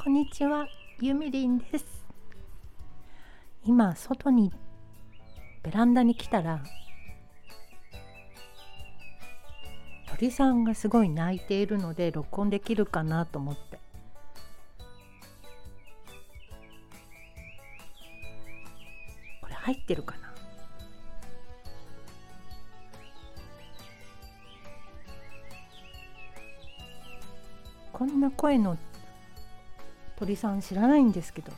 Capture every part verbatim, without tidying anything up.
こんにちは、ゆみりんです。今外にベランダに来たら鳥さんがすごい鳴いているので録音できるかなと思って、これ入ってるかな。こんな声の鳥さん知らないんですけど。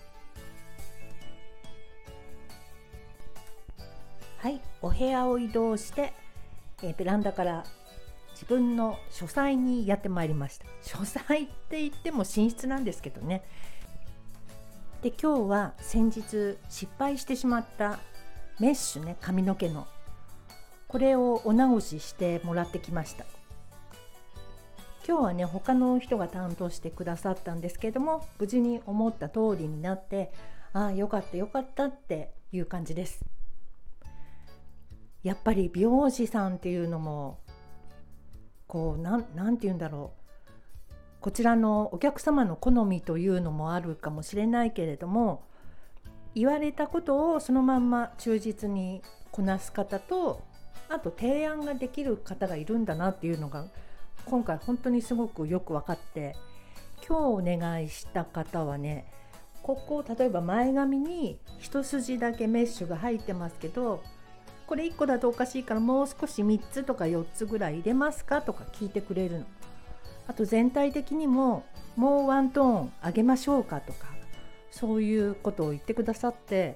はい、お部屋を移動して、えーベランダから自分の書斎にやってまいりました。書斎って言っても寝室なんですけどね。で、今日は先日失敗してしまったメッシュね、髪の毛のこれをお直ししてもらってきました。今日はね、他の人が担当してくださったんですけれども、無事に思った通りになって、ああよかったよかったっていう感じです。やっぱり美容師さんっていうのもこうなん、なんて言うんだろう、こちらのお客様の好みというのもあるかもしれないけれども、言われたことをそのまんま忠実にこなす方と、あと提案ができる方がいるんだなっていうのが今回本当にすごくよく分かって、今日お願いした方はね、ここ例えば前髪に一筋だけメッシュが入ってますけど、これいっこだとおかしいからもう少しみっつとかよっつぐらい入れますかとか聞いてくれるの。あと全体的にももうワントーン上げましょうかとか、そういうことを言ってくださって、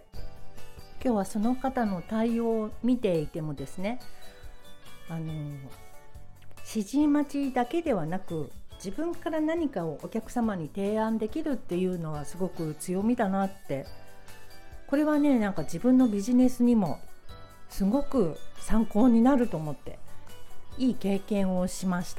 今日はその方の対応を見ていてもですね、あの指示待ちだけではなく、自分から何かをお客様に提案できるっていうのはすごく強みだなって、これはね、なんか自分のビジネスにもすごく参考になると思って、いい経験をしました。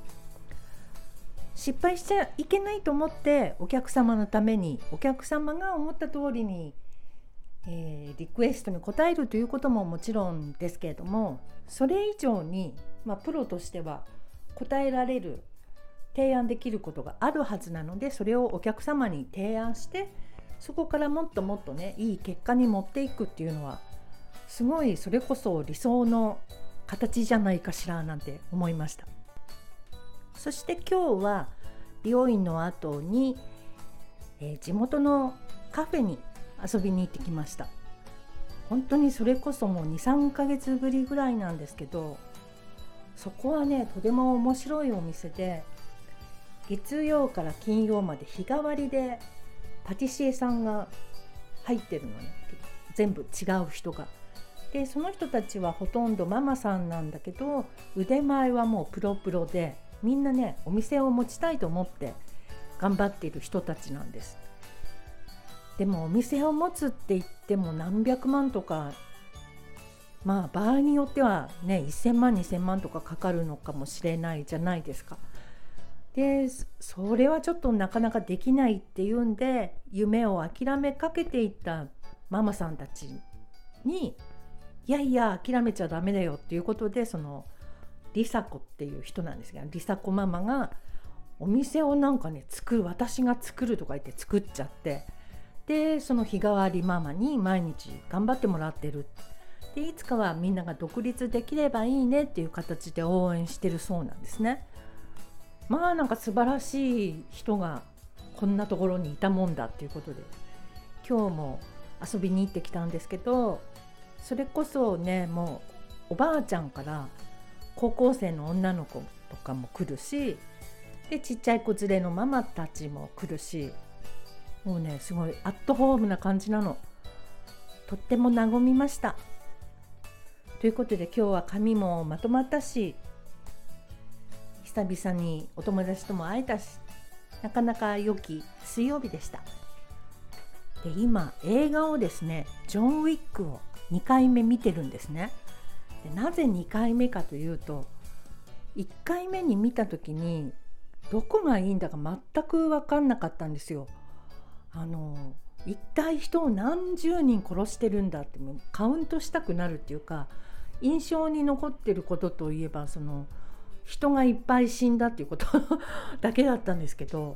失敗しちゃいけないと思って、お客様のためにお客様が思った通りに、えーリクエストに応えるということももちろんですけれども、それ以上に、まあ、プロとしては応えられる、提案できることがあるはずなので、それをお客様に提案して、そこからもっともっとね、いい結果に持っていくっていうのは、すごいそれこそ理想の形じゃないかしらなんて思いました。そして今日は美容院の後に、えー地元のカフェに遊びに行ってきました。本当にそれこそもう に,さん ヶ月ぶりぐらいなんですけど、そこはね、とても面白いお店で、月曜から金曜まで日替わりでパティシエさんが入ってるのね、全部違う人が。で、その人たちはほとんどママさんなんだけど、腕前はもうプロプロで、みんなね、お店を持ちたいと思って頑張っている人たちなんです。でもお店を持つって言っても何百万とか、まあ場合によってはね、せんまんにせんまんとかかかるのかもしれないじゃないですか。で、それはちょっとなかなかできないっていうんで、夢を諦めかけていったママさんたちに、いやいや諦めちゃダメだよっていうことで、そのリサコっていう人なんですが、リサコママがお店をなんかね、作る、私が作るとか言って作っちゃって、でその日替わりママに毎日頑張ってもらってる。で、いつかはみんなが独立できればいいねっていう形で応援してるそうなんですね。まあなんか素晴らしい人がこんなところにいたもんだっていうことで、今日も遊びに行ってきたんですけど、それこそね、もうおばあちゃんから高校生の女の子とかも来るし、でちっちゃい子連れのママたちも来るし、もうね、すごいアットホームな感じなの。とっても和みました。ということで今日は髪もまとまったし、久々にお友達とも会えたし、なかなか良き水曜日でした。で、今映画をですね、ジョン・ウィックをにかいめ見てるんですね。で、なぜにかいめかというと、いっかいめに見た時にどこがいいんだか全く分かんなかったんですよ。あの一体人を何十人殺してるんだってカウントしたくなるっていうか、印象に残ってることといえば、その人がいっぱい死んだっていうことだけだったんですけど、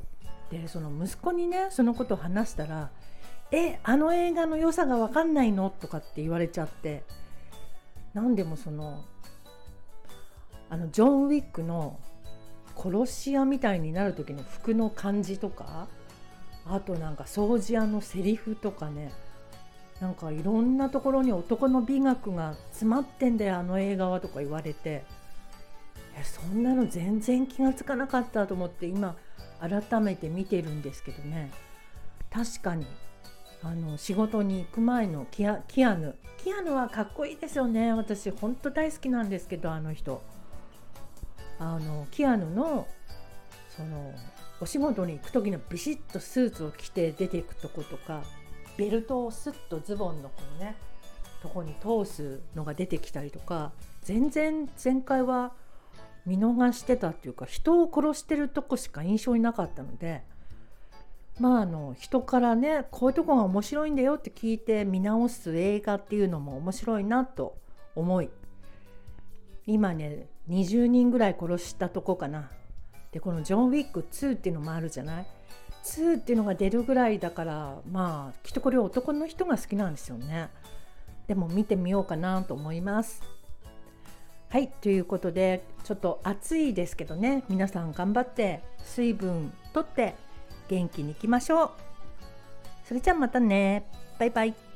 でその息子にねそのことを話したら、えあの映画の良さが分かんないのとかって言われちゃって、なんでもそのあのジョン・ウィックの殺し屋みたいになる時の服の感じとか、あとなんか掃除屋のセリフとかね、なんかいろんなところに男の美学が詰まってんだよあの映画はとか言われて、えそんなの全然気がつかなかったと思って今改めて見てるんですけどね。確かにあの仕事に行く前のキア、キアヌキアヌはかっこいいですよね。私本当大好きなんですけど、あの人あのキアヌのそのお仕事に行く時のビシッとスーツを着て出ていくとことか、ベルトをスッとズボンのこのねとこに通すのが出てきたりとか、全然前回は見逃してたっていうか、人を殺してるとこしか印象になかったので、まああの人からねこういうとこが面白いんだよって聞いて見直す映画っていうのも面白いなと思い、今ねにじゅうにんぐらい殺したとこかな。でこのジョン・ウィックツーっていうのもあるじゃない。ツーっていうのが出るぐらいだから、まあきっとこれ男の人が好きなんですよね。でも見てみようかなと思います。はい、ということでちょっと暑いですけどね、皆さん頑張って水分とって元気にいきましょう。それじゃあまたね、バイバイ。